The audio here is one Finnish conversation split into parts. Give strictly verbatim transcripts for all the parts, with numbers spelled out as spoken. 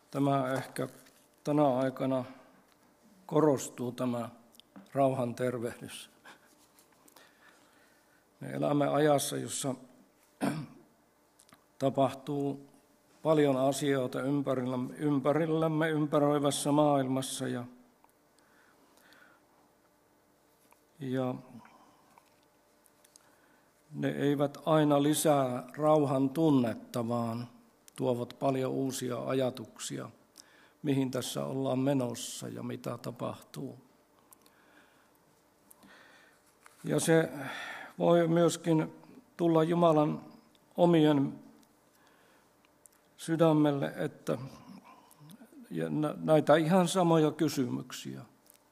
Tämä ehkä tänä aikana korostuu tämä rauhan tervehdys. Me elämme ajassa, jossa tapahtuu paljon asioita ympärillämme, ympärillämme ympäröivässä maailmassa ja, ja ne eivät aina lisää rauhan tunnetta, vaan tuovat paljon uusia ajatuksia, mihin tässä ollaan menossa ja mitä tapahtuu. Ja se voi myöskin tulla Jumalan omien sydämelle, että ja näitä ihan samoja kysymyksiä.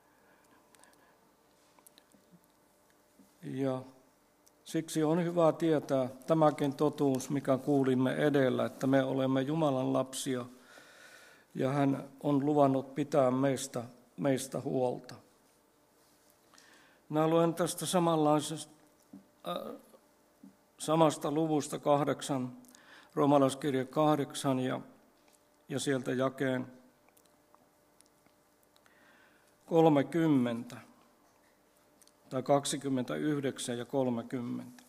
Ja siksi on hyvä tietää tämäkin totuus, mikä kuulimme edellä, että me olemme Jumalan lapsia ja hän on luvannut pitää meistä, meistä huolta. Minä luen tästä samanlaisesta, äh, samasta luvusta kahdeksan, roomalaiskirja kahdeksan ja, ja sieltä jakeen kolmekymmentä. Tai kaksikymmentäyhdeksän ja kolmekymmentä.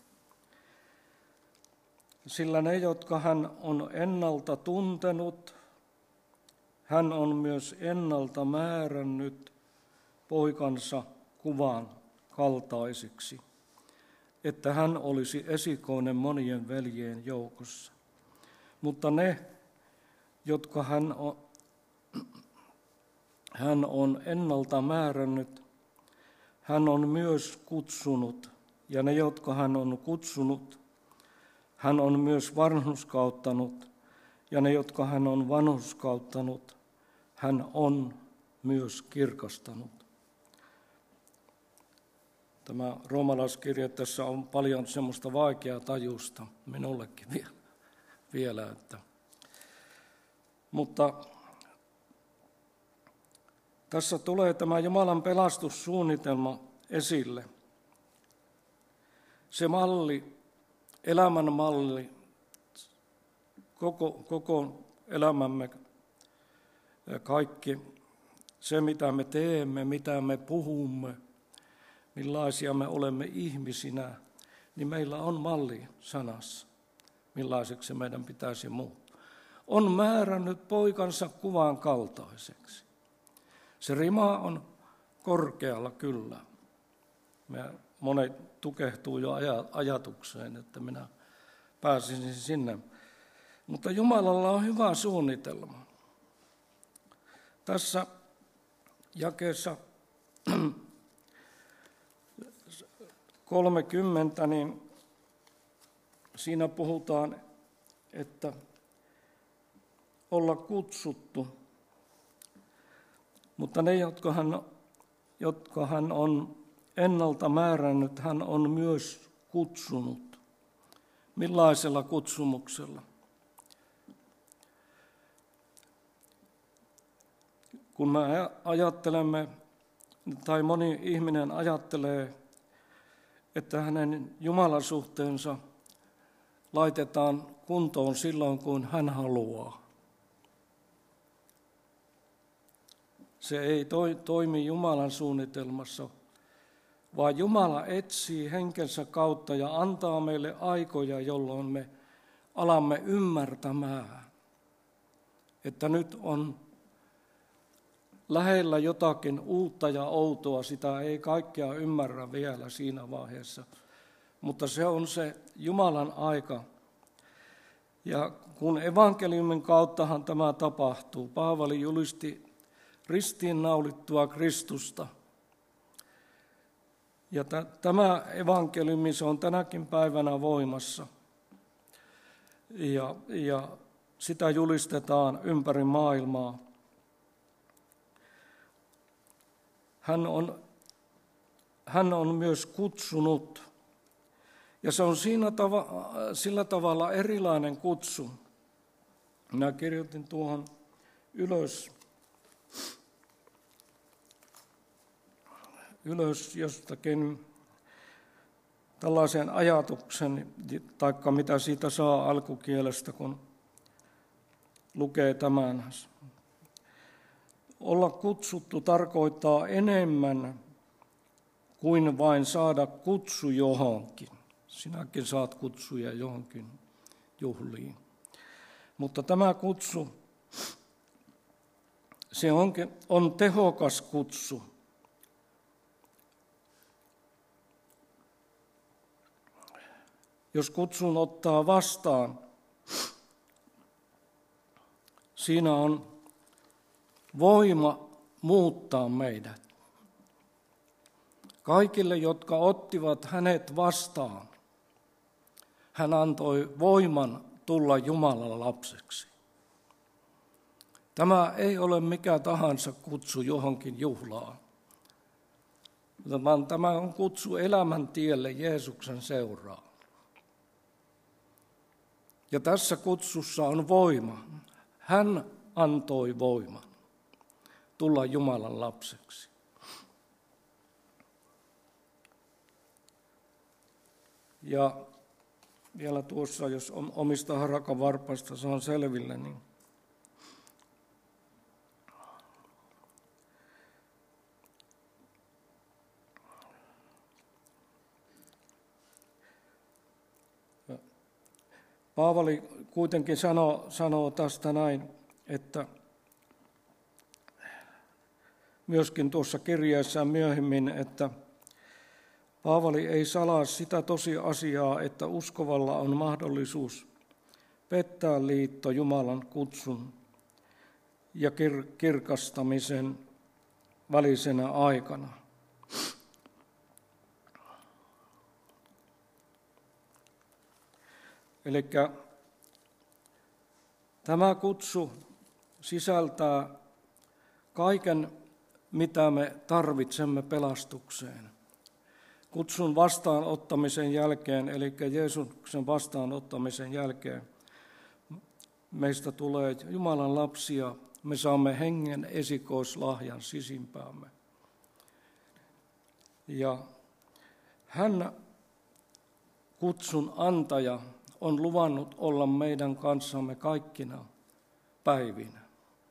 Sillä ne, jotka hän on ennalta tuntenut, hän on myös ennalta määrännyt poikansa kuvan kaltaisiksi, että hän olisi esikoinen monien veljien joukossa. Mutta ne, jotka hän on, hän on ennalta määrännyt, hän on myös kutsunut, ja ne, jotka hän on kutsunut, hän on myös vanhurskauttanut, ja ne, jotka hän on vanhurskauttanut, hän on myös kirkastanut. Tämä roomalaiskirja, tässä on paljon semmoista vaikeaa tajusta, minullekin vielä. Että. Mutta tässä tulee tämä Jumalan pelastussuunnitelma esille. Se malli, elämän malli, koko, koko elämämme, kaikki se mitä me teemme, mitä me puhumme, millaisia me olemme ihmisinä, niin meillä on malli sanassa, millaiseksi meidän pitäisi muuttua. On määrännyt poikansa kuvan kaltaiseksi. Se rima on korkealla kyllä. Me monet tukehtuu jo ajatukseen, että minä pääsisin sinne. Mutta Jumalalla on hyvä suunnitelma. Tässä jakeessa kolmekymmentä, niin siinä puhutaan, että olla kutsuttu. Mutta ne, jotka hän, jotka hän on ennalta määrännyt, hän on myös kutsunut. Millaisella kutsumuksella? Kun me ajattelemme, tai moni ihminen ajattelee, että hänen jumalasuhteensa laitetaan kuntoon silloin, kun hän haluaa. Se ei toimi Jumalan suunnitelmassa, vaan Jumala etsii henkensä kautta ja antaa meille aikoja, jolloin me alamme ymmärtämään, että nyt on lähellä jotakin uutta ja outoa. Sitä ei kaikkea ymmärrä vielä siinä vaiheessa, mutta se on se Jumalan aika. Ja kun evankeliumin kauttahan tämä tapahtuu, Paavali julisti ristiinnaulittua Kristusta. Ja t- tämä evankeliumi, se on tänäkin päivänä voimassa. Ja, ja sitä julistetaan ympäri maailmaa. Hän on, hän on myös kutsunut. Ja se on siinä tava, sillä tavalla erilainen kutsu. Minä kirjoitin tuohon ylös. ylös jostakin tällaisen ajatuksen, taikka mitä siitä saa alkukielestä, kun lukee tämän Olla kutsuttu tarkoittaa enemmän kuin vain saada kutsu johonkin. Sinäkin saat kutsuja johonkin juhliin. Mutta tämä kutsu, se onkin, on tehokas kutsu. Jos kutsun ottaa vastaan, siinä on voima muuttaa meidät. Kaikille, jotka ottivat hänet vastaan, hän antoi voiman tulla Jumalan lapseksi. Tämä ei ole mikä tahansa kutsu johonkin juhlaan, vaan tämä on kutsu elämän tielle Jeesuksen seuraan. Ja tässä kutsussa on voima. Hän antoi voiman tulla Jumalan lapseksi. Ja vielä tuossa, jos omista harakan varpaista saan selville, niin Paavali kuitenkin sanoo, sanoo tästä näin, että myöskin tuossa kirjeessään myöhemmin, että Paavali ei salaa sitä tosiasiaa, että uskovalla on mahdollisuus pettää liitto Jumalan kutsun ja kir- kirkastamisen välisenä aikana. Eli tämä kutsu sisältää kaiken, mitä me tarvitsemme pelastukseen. Kutsun vastaanottamisen jälkeen, eli Jeesuksen vastaanottamisen jälkeen, meistä tulee Jumalan lapsia, me saamme hengen esikoislahjan sisimpäämme. Ja hän, kutsun antaja, on luvannut olla meidän kanssamme kaikkina päivinä.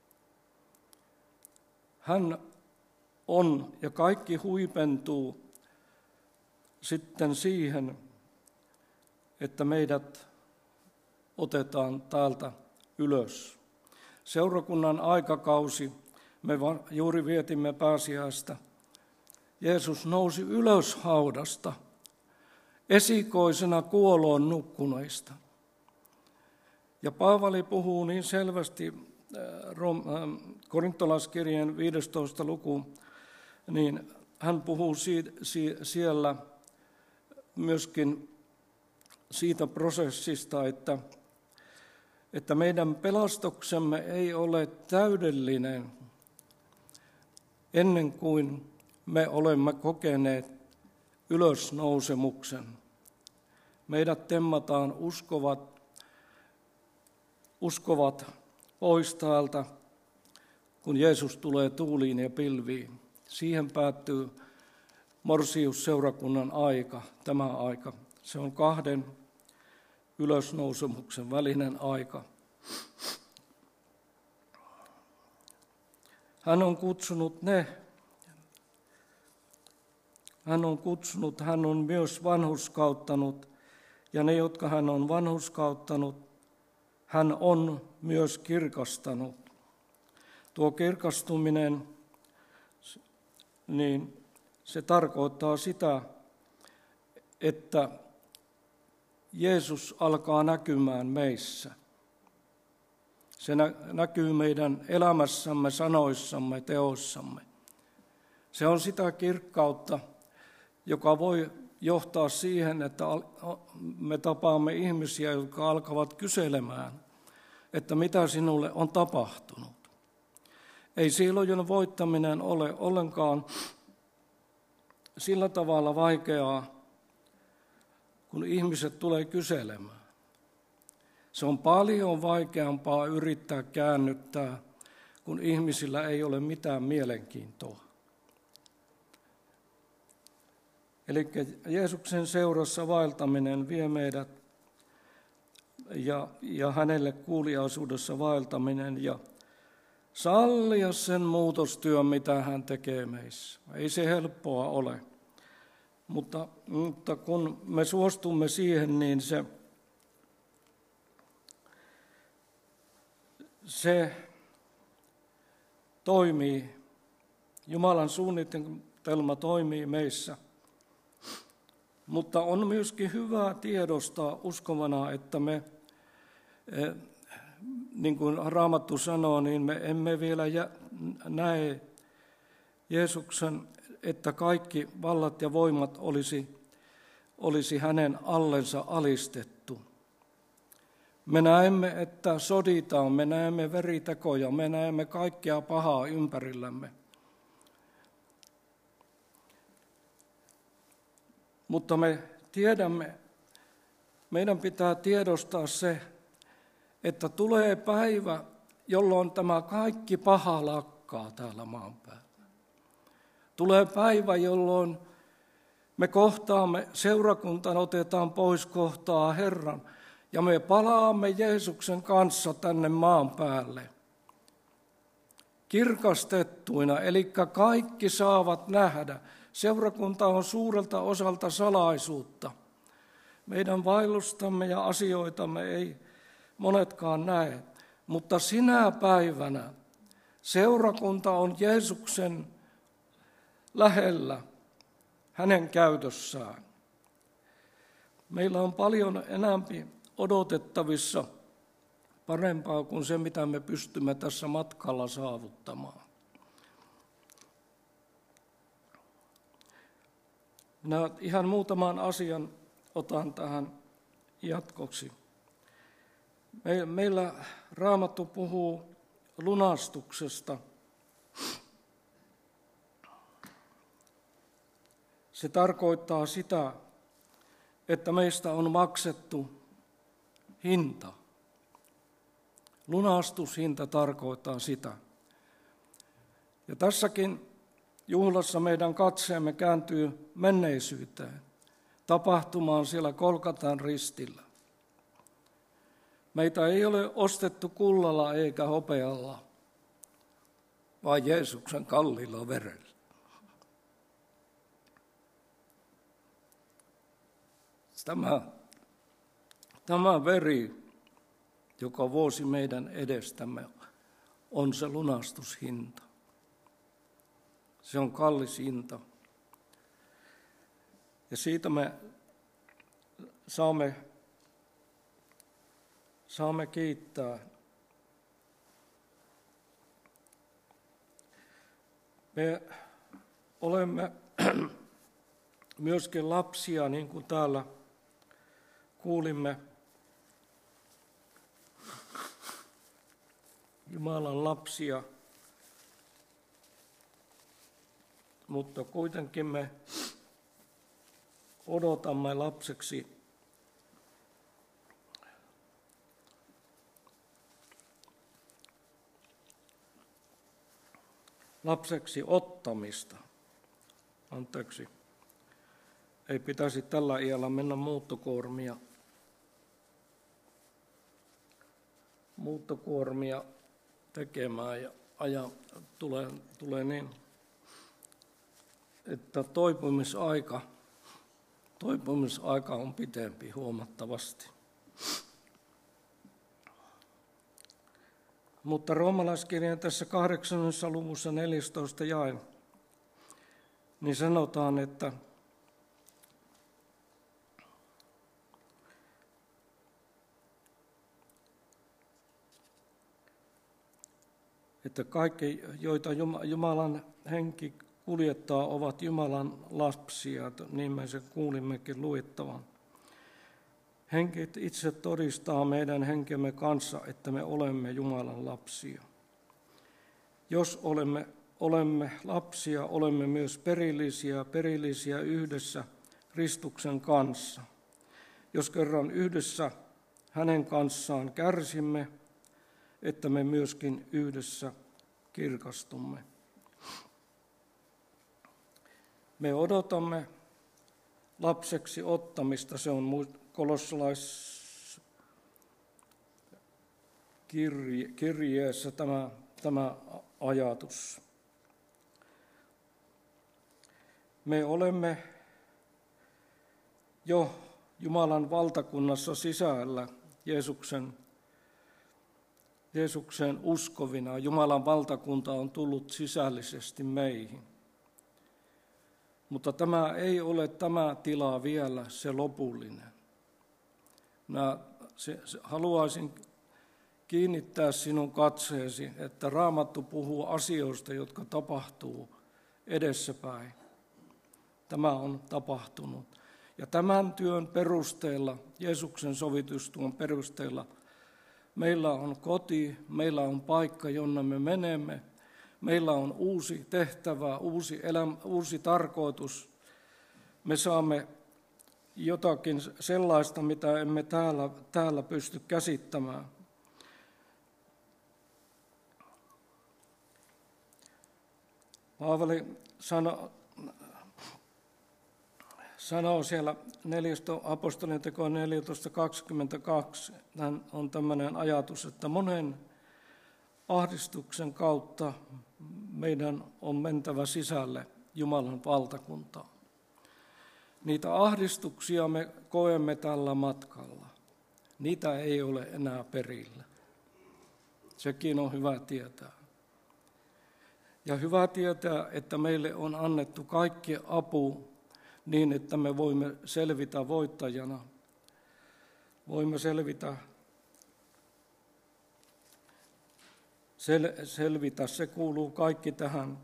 Hän on, ja kaikki huipentuu sitten siihen, että meidät otetaan täältä ylös. Seurakunnan aikakausi, me juuri vietimme pääsiäistä. Jeesus nousi ylös haudasta, esikoisena kuoloon nukkuneista. Ja Paavali puhuu niin selvästi korintolaiskirjeen viidestoista luku, niin hän puhuu siellä myöskin siitä prosessista, että, että meidän pelastuksemme ei ole täydellinen ennen kuin me olemme kokeneet ylösnousemuksen. Meidät temmataan uskovat, uskovat pois täältä, kun Jeesus tulee tuuliin ja pilviin. Siihen päättyy Morsius-seurakunnan aika, tämä aika. Se on kahden ylösnousemuksen välinen aika. Hän on kutsunut ne, hän on kutsunut, hän on myös vanhurskauttanut, ja ne, jotka hän on vanhurskauttanut, hän on myös kirkastanut. Tuo kirkastuminen, niin se tarkoittaa sitä, että Jeesus alkaa näkymään meissä. Se näkyy meidän elämässämme, sanoissamme, teoissamme. Se on sitä kirkkautta, joka voi johtaa siihen, että me tapaamme ihmisiä, jotka alkavat kyselemään, että mitä sinulle on tapahtunut. Ei siilojen voittaminen ole ollenkaan sillä tavalla vaikeaa, kun ihmiset tulee kyselemään. Se on paljon vaikeampaa yrittää käännyttää, kun ihmisillä ei ole mitään mielenkiintoa. Eli Jeesuksen seurassa vaeltaminen vie meidät ja, ja hänelle kuuliaisuudessa vaeltaminen ja sallia sen muutostyön, mitä hän tekee meissä. Ei se helppoa ole, mutta, mutta kun me suostumme siihen, niin se, se toimii. Jumalan suunnitelma toimii meissä. Mutta on myöskin hyvä tiedostaa uskovana, että me, niin kuin Raamattu sanoo, niin me emme vielä näe Jeesuksen, että kaikki vallat ja voimat olisi, olisi hänen allensa alistettu. Me näemme, että soditaan, me näemme veritekoja, me näemme kaikkea pahaa ympärillämme. Mutta me tiedämme, meidän pitää tiedostaa se, että tulee päivä, jolloin tämä kaikki paha lakkaa täällä maan päällä. Tulee päivä, jolloin me kohtaamme, seurakuntana otetaan pois kohtaa Herran, ja me palaamme Jeesuksen kanssa tänne maan päälle. Kirkastettuina, eli kaikki saavat nähdä. Seurakunta on suurelta osalta salaisuutta. Meidän vaellustamme ja asioitamme ei monetkaan näe, mutta sinä päivänä seurakunta on Jeesuksen lähellä, hänen käytössään. Meillä on paljon enemmän odotettavissa parempaa kuin se, mitä me pystymme tässä matkalla saavuttamaan. Minä ihan muutaman asian otan tähän jatkoksi. Meillä Raamattu puhuu lunastuksesta. Se tarkoittaa sitä, että meistä on maksettu hinta. Lunastushinta tarkoittaa sitä. Ja tässäkin juhlassa meidän katseemme kääntyy menneisyyteen, tapahtumaan siellä Golgatan ristillä. Meitä ei ole ostettu kullalla eikä hopealla, vaan Jeesuksen kalliilla verellä. Tämä, tämä veri, joka vuosi meidän edestämme, on se lunastushinta. Se on kallis hinta. Ja siitä me saamme, saamme kiittää. Me olemme myöskin lapsia, niin kuin täällä kuulimme. Jumalan lapsia. Mutta kuitenkin me odotamme lapseksi lapseksi ottamista. Anteeksi. Ei pitäisi tällä iällä mennä muuttokuormia, muuttokuormia tekemään ja aja tulee, tulee niin, että toipumisaika, toipumisaika on pitempi huomattavasti. Mutta roomalaiskirjan tässä kahdeksannessa luvussa neljästoista jae, niin sanotaan, että että kaikki, joita Jumalan henki kuljettaa, ovat Jumalan lapsia, niin me sen kuulimmekin luettavan. Henki itse todistaa meidän henkemme kanssa, että me olemme Jumalan lapsia. Jos olemme, olemme lapsia, olemme myös perillisiä, perillisiä yhdessä Kristuksen kanssa. Jos kerran yhdessä hänen kanssaan kärsimme, että me myöskin yhdessä kirkastumme. Me odotamme lapseksi ottamista, se on kolossalaiskirjeessä tämä tämä ajatus. Me olemme jo Jumalan valtakunnassa sisällä Jeesuksen, Jeesuksen uskovina. Jumalan valtakunta on tullut sisällisesti meihin. Mutta tämä ei ole tämä tila vielä se lopullinen. Minä se, se, haluaisin kiinnittää sinun katseesi, että Raamattu puhuu asioista, jotka tapahtuu edessäpäin. Tämä on tapahtunut. Ja tämän työn perusteella, Jeesuksen sovitustyön perusteella, meillä on koti, meillä on paikka, jonne me menemme. Meillä on uusi tehtävä, uusi elämä, uusi tarkoitus. Me saamme jotakin sellaista, mitä emme täällä, täällä pysty käsittämään. Paavali sanoo, sanoo siellä apostolien tekojen neljätoista kaksikymmentäkaksi, on tämmöinen ajatus, että monen ahdistuksen kautta meidän on mentävä sisälle Jumalan valtakuntaan. Niitä ahdistuksia me koemme tällä matkalla. Niitä ei ole enää perillä. Sekin on hyvä tietää. Ja hyvä tietää, että meille on annettu kaikki apu niin, että me voimme selvitä voittajana. Voimme selvitä, sel, selvitä. Se kuuluu kaikki tähän,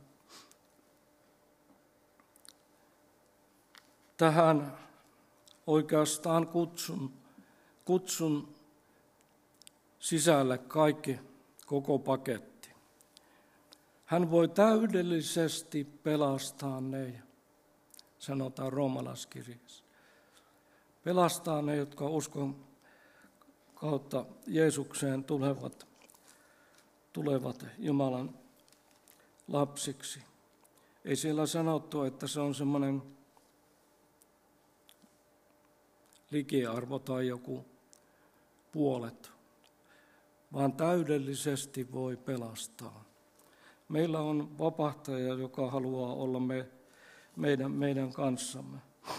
tähän oikeastaan kutsun, kutsun sisälle kaikki, koko paketti. Hän voi täydellisesti pelastaa ne, sanotaan roomalaiskirjassa. Pelastaa ne, jotka uskon kautta Jeesukseen tulevat, tulevat Jumalan lapsiksi. Ei siellä sanottu, että se on semmoinen likiarvo tai joku puolet, vaan täydellisesti voi pelastaa. Meillä on vapahtaja, joka haluaa olla me, meidän, meidän kanssamme.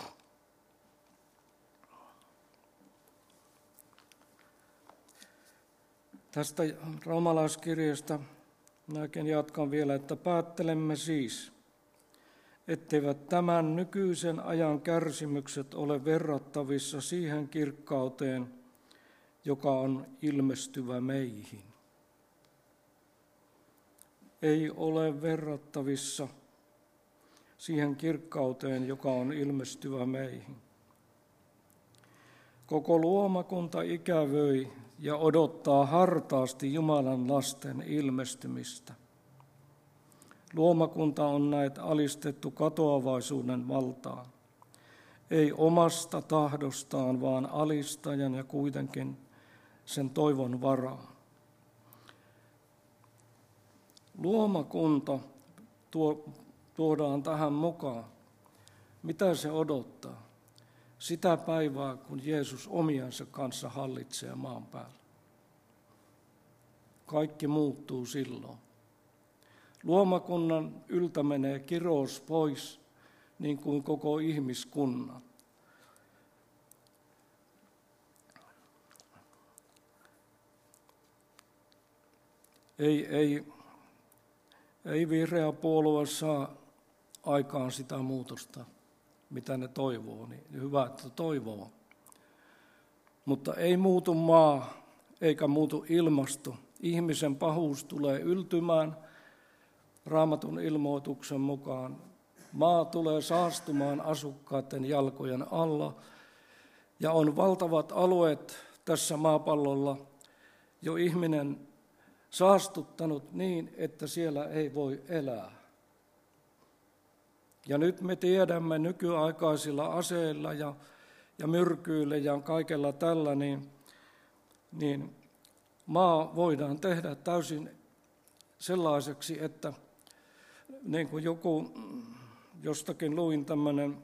Tästä roomalaiskirjasta minäkin jatkan vielä, että päättelemme siis, etteivät tämän nykyisen ajan kärsimykset ole verrattavissa siihen kirkkauteen, joka on ilmestyvä meihin. Ei ole verrattavissa siihen kirkkauteen, joka on ilmestyvä meihin. Koko luomakunta ikävöi ja odottaa hartaasti Jumalan lasten ilmestymistä. Luomakunta on näet alistettu katoavaisuuden valtaan. Ei omasta tahdostaan, vaan alistajan ja kuitenkin sen toivon varaan. Luomakunta tuo, tuodaan tähän mukaan. Mitä se odottaa? Sitä päivää, kun Jeesus omiensa kanssa hallitsee maan päällä. Kaikki muuttuu silloin. Luomakunnan yltä menee kirous pois, niin kuin koko ihmiskunnan. Ei, ei, ei vihreä puolue saa aikaan sitä muutosta, mitä ne toivoo, niin hyvä, että toivoo. Mutta ei muutu maa, eikä muutu ilmasto. Ihmisen pahuus tulee yltymään Raamatun ilmoituksen mukaan. Maa tulee saastumaan asukkaiden jalkojen alla, ja on valtavat alueet tässä maapallolla jo ihminen saastuttanut niin, että siellä ei voi elää. Ja nyt me tiedämme nykyaikaisilla aseilla ja, ja myrkyillä ja kaikella tällä, niin, niin maa voidaan tehdä täysin sellaiseksi, että niin kuin joku, jostakin luin tämmöinen,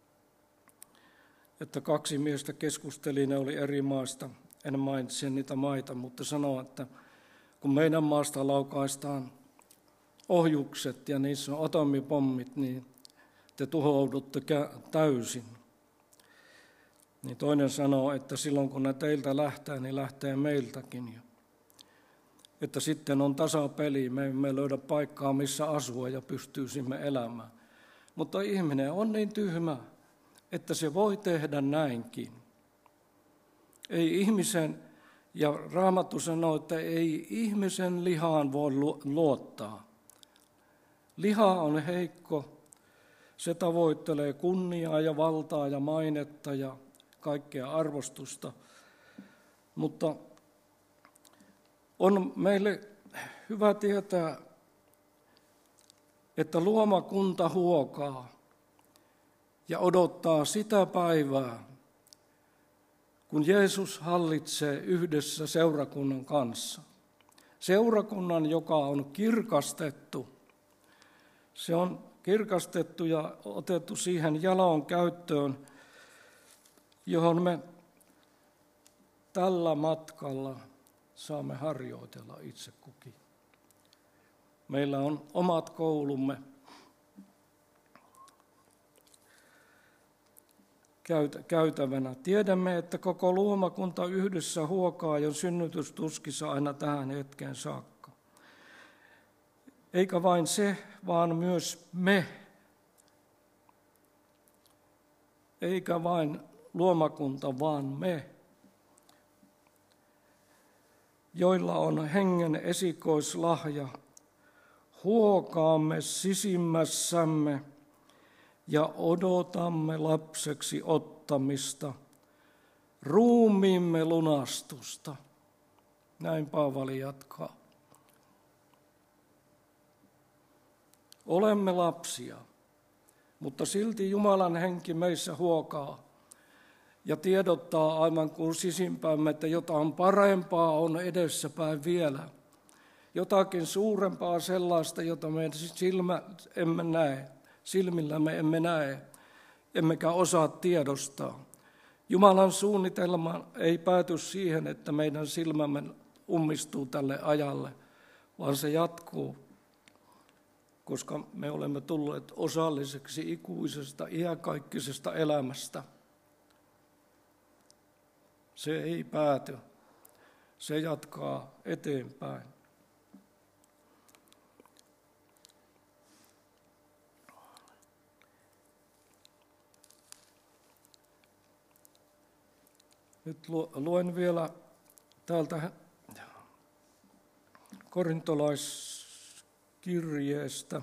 että kaksi miestä keskusteli, ne oli eri maista, en mainitse niitä maita, mutta sanoo, että kun meidän maasta laukaistaan ohjukset ja niissä on atomipommit, niin te tuhoudutte täysin. Niin toinen sanoo, että silloin kun ne teiltä lähtee, niin lähtee meiltäkin jo. Että sitten on tasapeli, me emme löydä paikkaa, missä asua ja pystyisimme elämään. Mutta ihminen on niin tyhmä, että se voi tehdä näinkin. Ei ihmisen, ja Raamattu sanoo, että ei ihmisen lihaan voi luottaa. Liha on heikko, se tavoittelee kunniaa ja valtaa ja mainetta ja kaikkea arvostusta, mutta on meille hyvä tietää, että luomakunta huokaa ja odottaa sitä päivää, kun Jeesus hallitsee yhdessä seurakunnan kanssa. Seurakunnan, joka on kirkastettu. Se on kirkastettu ja otettu siihen jalon käyttöön, johon me tällä matkalla saamme harjoitella itse kukin. Meillä on omat koulumme käytävänä. Tiedämme, että koko luomakunta yhdessä huokaa jo synnytystuskissa aina tähän hetkeen saakka. Eikä vain se, vaan myös me. Eikä vain luomakunta, vaan me, joilla on hengen esikoislahja, huokaamme sisimmässämme ja odotamme lapseksi ottamista, ruumiimme lunastusta. Näin Paavali jatkaa. Olemme lapsia, mutta silti Jumalan henki meissä huokaa ja tiedottaa aivan kuin sisimpäämme, että jotain parempaa on edessäpäin vielä. Jotakin suurempaa sellaista, jota me silmä emme näe, silmillämme emme näe, emmekä osaa tiedostaa. Jumalan suunnitelma ei pääty siihen, että meidän silmämme ummistuu tälle ajalle, vaan se jatkuu, koska me olemme tulleet osalliseksi ikuisesta, iänkaikkisesta elämästä. Se ei pääty, se jatkaa eteenpäin. Nyt luen vielä täältä korintolaiskirjeestä.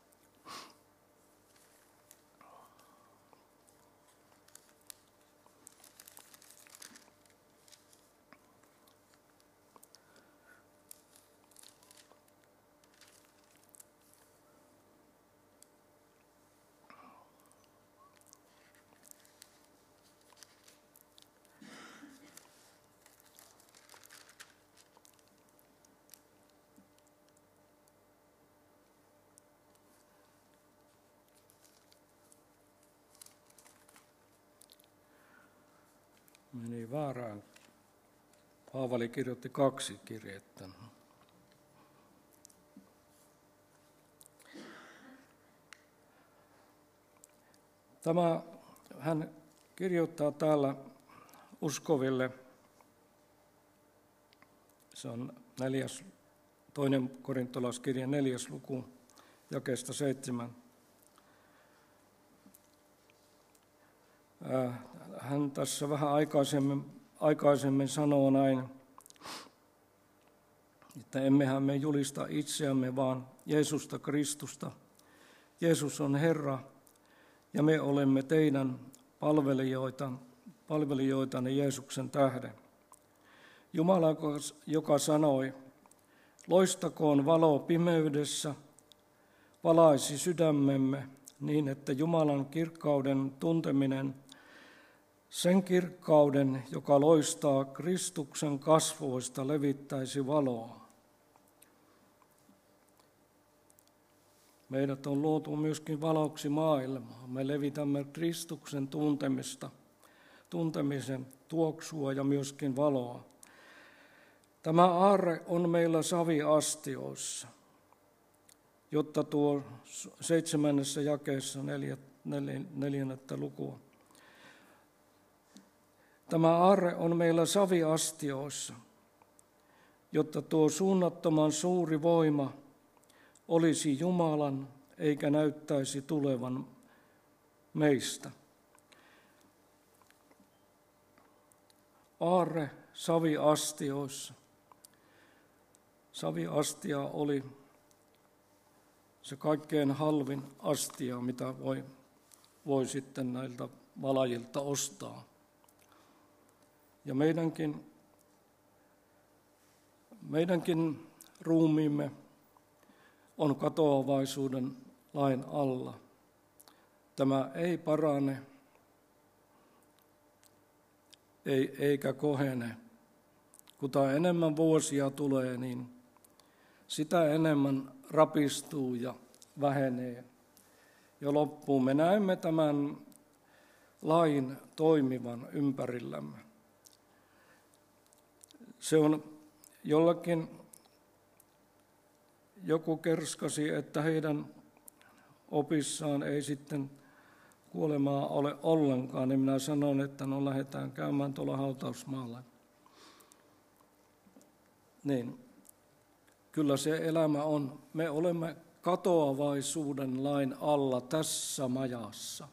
Meni väärään. Paavali kirjoitti kaksi kirjettä. Tämä, hän kirjoittaa täällä uskoville, se on neljäs, toinen korintolaiskirja neljäs luku, jakeesta seitsemän. Hän tässä vähän aikaisemmin, aikaisemmin sanoo näin, että emmehän me julista itseämme, vaan Jeesusta Kristusta. Jeesus on Herra, ja me olemme teidän palvelijoita, palvelijoitanne Jeesuksen tähden. Jumala, joka sanoi, loistakoon valo pimeydessä, valaisi sydämemme niin, että Jumalan kirkkauden tunteminen, sen kirkkauden, joka loistaa Kristuksen kasvoista, levittäisi valoa. Meidät on luotu myöskin valoksi maailmaa. Me levitämme Kristuksen tuntemista, tuntemisen tuoksua ja myöskin valoa. Tämä aarre on meillä saviastioissa, jotta tuo seitsemännessä jakeessa neljä, neljä, neljännettä lukua. Tämä aarre on meillä saviastioissa, jotta tuo suunnattoman suuri voima olisi Jumalan eikä näyttäisi tulevan meistä. Aarre saviastioissa. Saviastia oli se kaikkein halvin astia, mitä voi, voi sitten näiltä valajilta ostaa. Ja meidänkin, meidänkin ruumiimme on katoavaisuuden lain alla. Tämä ei parane ei, eikä kohene. Kuta enemmän vuosia tulee, niin sitä enemmän rapistuu ja vähenee. Ja loppuun me näemme tämän lain toimivan ympärillämme. Se on jollakin, joku kerskasi, että heidän opissaan ei sitten kuolemaa ole ollenkaan, niin minä sanon, että no lähdetään käymään tuolla hautausmaalla. Niin, kyllä se elämä on. Me olemme katoavaisuuden lain alla tässä majassa.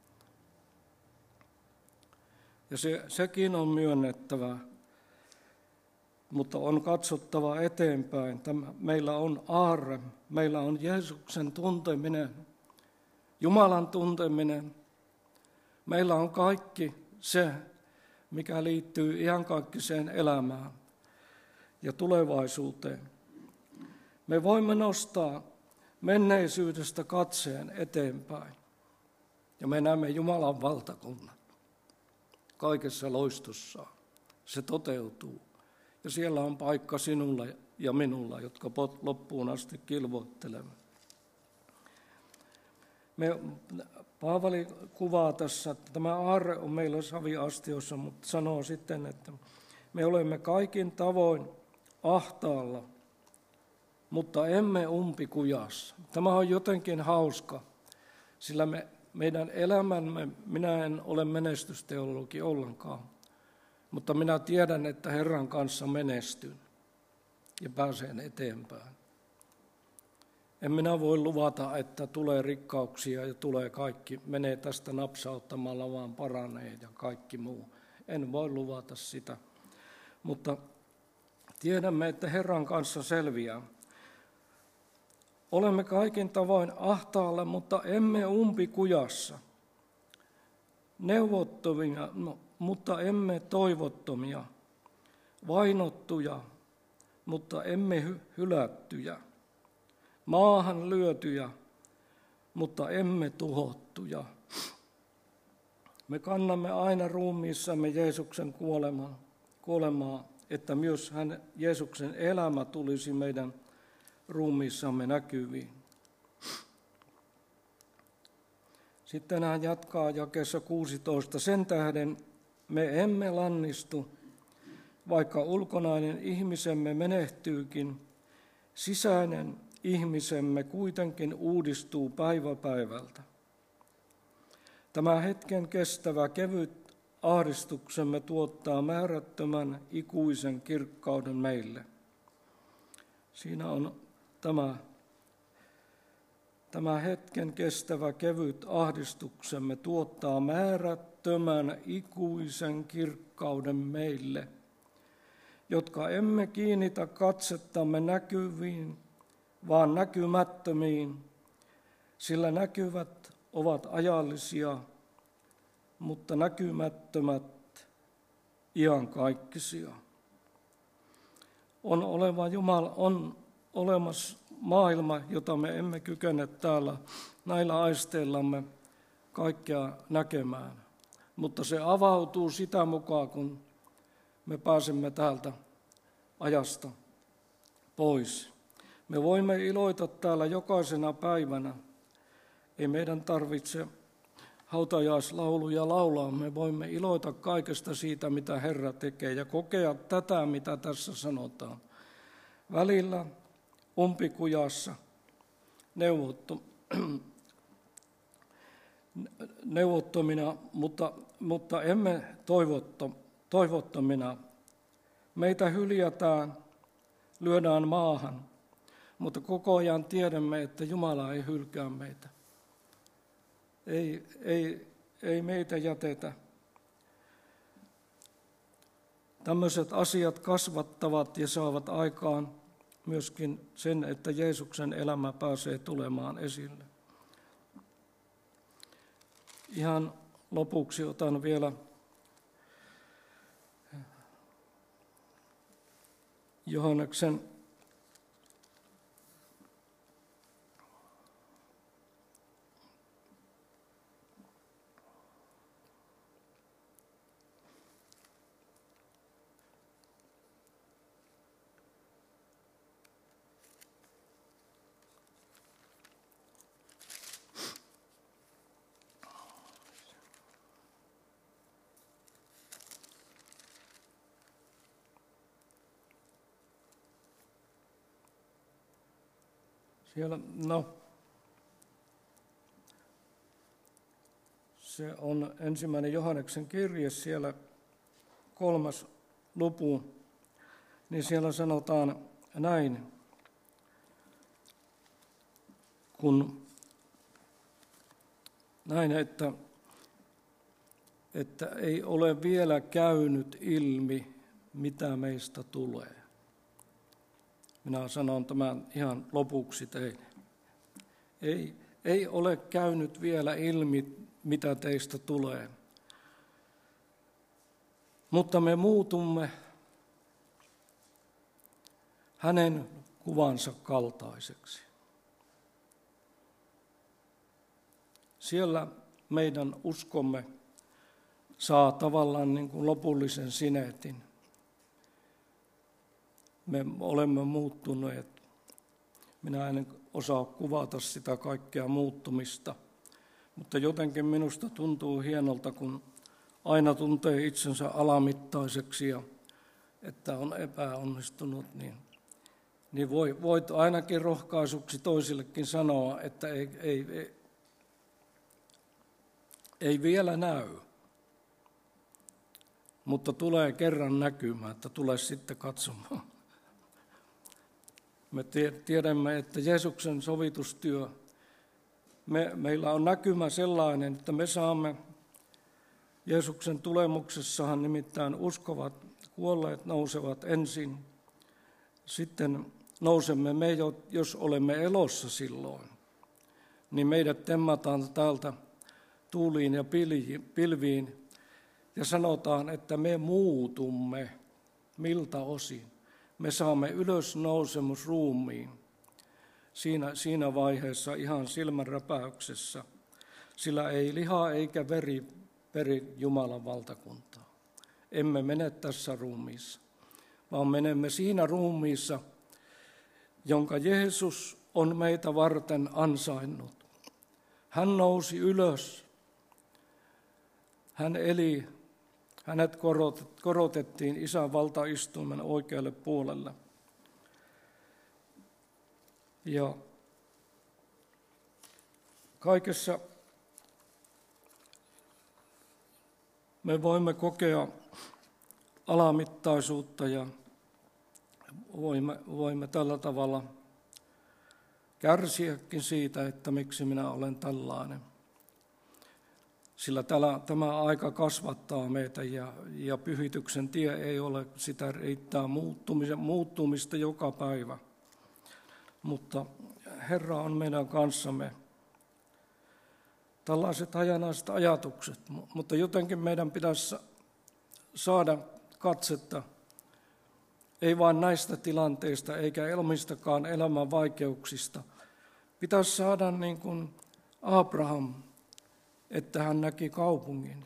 Ja se, sekin on myönnettävä, mutta on katsottava eteenpäin. Tämä, meillä on aarre, meillä on Jeesuksen tunteminen, Jumalan tunteminen. Meillä on kaikki se, mikä liittyy iankaikkiseen elämään ja tulevaisuuteen. Me voimme nostaa menneisyydestä katseen eteenpäin ja me näemme Jumalan valtakunnan kaikessa loistossaan. Se toteutuu ja siellä on paikka sinulla ja minulla, jotka loppuun asti kilvoittelemme. Me, Paavali kuvaa tässä, että tämä aarre on meillä saviastiossa, mutta sanoo sitten, että me olemme kaikin tavoin ahtaalla, mutta emme umpikujassa. Tämä on jotenkin hauska, sillä me, meidän elämämme, minä en ole menestysteologi ollenkaan, mutta minä tiedän, että Herran kanssa menestyn ja pääsen eteenpäin. En minä voi luvata, että tulee rikkauksia ja tulee kaikki, menee tästä napsauttamalla, vaan paranee ja kaikki muu. En voi luvata sitä, mutta tiedämme, että Herran kanssa selviää. Olemme kaikin tavoin ahtaalla, mutta emme umpikujassa. Neuvottomia, no, mutta emme toivottomia. Vainottuja, mutta emme hy- hylättyjä. Maahan lyötyjä, mutta emme tuhottuja. Me kannamme aina ruumiissamme Jeesuksen kuolemaa, kuolemaa, että myös hän, Jeesuksen elämä tulisi meidän ruumiissamme näkyviin. Sitten hän jatkaa jakeessa kuusitoista. Sen tähden me emme lannistu, vaikka ulkonainen ihmisemme menehtyykin, sisäinen ihmisemme kuitenkin uudistuu päivä päivältä. Tämä hetken kestävä kevyt ahdistuksemme tuottaa määrättömän ikuisen kirkkauden meille. Siinä on tämä, tämä hetken kestävä kevyt ahdistuksemme tuottaa määrättömän ikuisen kirkkauden meille, jotka emme kiinnitä katsettamme näkyviin, vaan näkymättömiin, sillä näkyvät ovat ajallisia, mutta näkymättömät iankaikkisia. On oleva Jumala, on olemassa maailma, jota me emme kykene täällä näillä aisteillamme kaikkea näkemään, mutta se avautuu sitä mukaan, kun me pääsemme täältä ajasta pois. Me voimme iloita täällä jokaisena päivänä. Ei meidän tarvitse hautajaislauluja laulaa, me voimme iloita kaikesta siitä, mitä Herra tekee, ja kokea tätä, mitä tässä sanotaan. Välillä umpikujassa neuvottu, neuvottomina, mutta, mutta emme toivotto, toivottomina. Meitä hyljätään, lyödään maahan, mutta koko ajan tiedämme, että Jumala ei hylkää meitä. Ei, ei, ei meitä jätetä. Tämmöiset asiat kasvattavat ja saavat aikaan myöskin sen, että Jeesuksen elämä pääsee tulemaan esille. Ihan lopuksi otan vielä Johanneksen Siellä, no, se on ensimmäinen Johanneksen kirje, siellä kolmas luku, niin siellä sanotaan näin, kun näin, että, että ei ole vielä käynyt ilmi, mitä meistä tulee. Minä sanon tämän ihan lopuksi teille. Ei, ei ole käynyt vielä ilmi, mitä teistä tulee. Mutta me muutumme hänen kuvansa kaltaiseksi. Siellä meidän uskomme saa tavallaan niin kuin lopullisen sinetin. Me olemme muuttuneet. Minä en osaa kuvata sitä kaikkea muuttumista, mutta jotenkin minusta tuntuu hienolta, kun aina tuntee itsensä alamittaiseksi ja että on epäonnistunut, niin, niin voi, voit ainakin rohkaisuksi toisillekin sanoa, että ei, ei, ei, ei vielä näy, mutta tulee kerran näkymään, että tule sitten katsomaan. Me tiedämme, että Jeesuksen sovitustyö, me, meillä on näkymä sellainen, että me saamme Jeesuksen tulemuksessahan nimittäin uskovat kuolleet nousevat ensin. Sitten nousemme me, jos olemme elossa silloin, niin meidät temmataan täältä tuuliin ja pilviin ja sanotaan, että me muutumme miltä osin. Me saamme ylösnousemusruumiin siinä, siinä vaiheessa ihan silmänräpäyksessä, sillä ei liha eikä veri peri Jumalan valtakuntaa. Emme mene tässä ruumiissa, vaan menemme siinä ruumiissa, jonka Jeesus on meitä varten ansainnut. Hän nousi ylös, hän eli, hänet korotettiin Isän valtaistuimen oikealle puolelle. Ja kaikessa me voimme kokea alamittaisuutta ja voimme, voimme tällä tavalla kärsiäkin siitä, että miksi minä olen tällainen. Sillä tällä, tämä aika kasvattaa meitä ja, ja pyhityksen tie ei ole, sitä riittää muuttumisen, muuttumista joka päivä. Mutta Herra on meidän kanssamme. Tällaiset hajanaiset ajatukset, mutta jotenkin meidän pitäisi saada katsetta, ei vain näistä tilanteista eikä omistakaan elämän vaikeuksista. Pitäisi saada niin kuin Abraham, että hän näki kaupungin.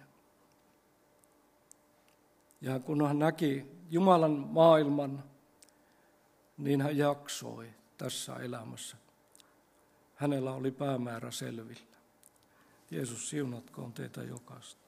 Ja kun hän näki Jumalan maailman, niin hän jaksoi tässä elämässä. Hänellä oli päämäärä selvillä. Jeesus siunatkoon teitä jokaista.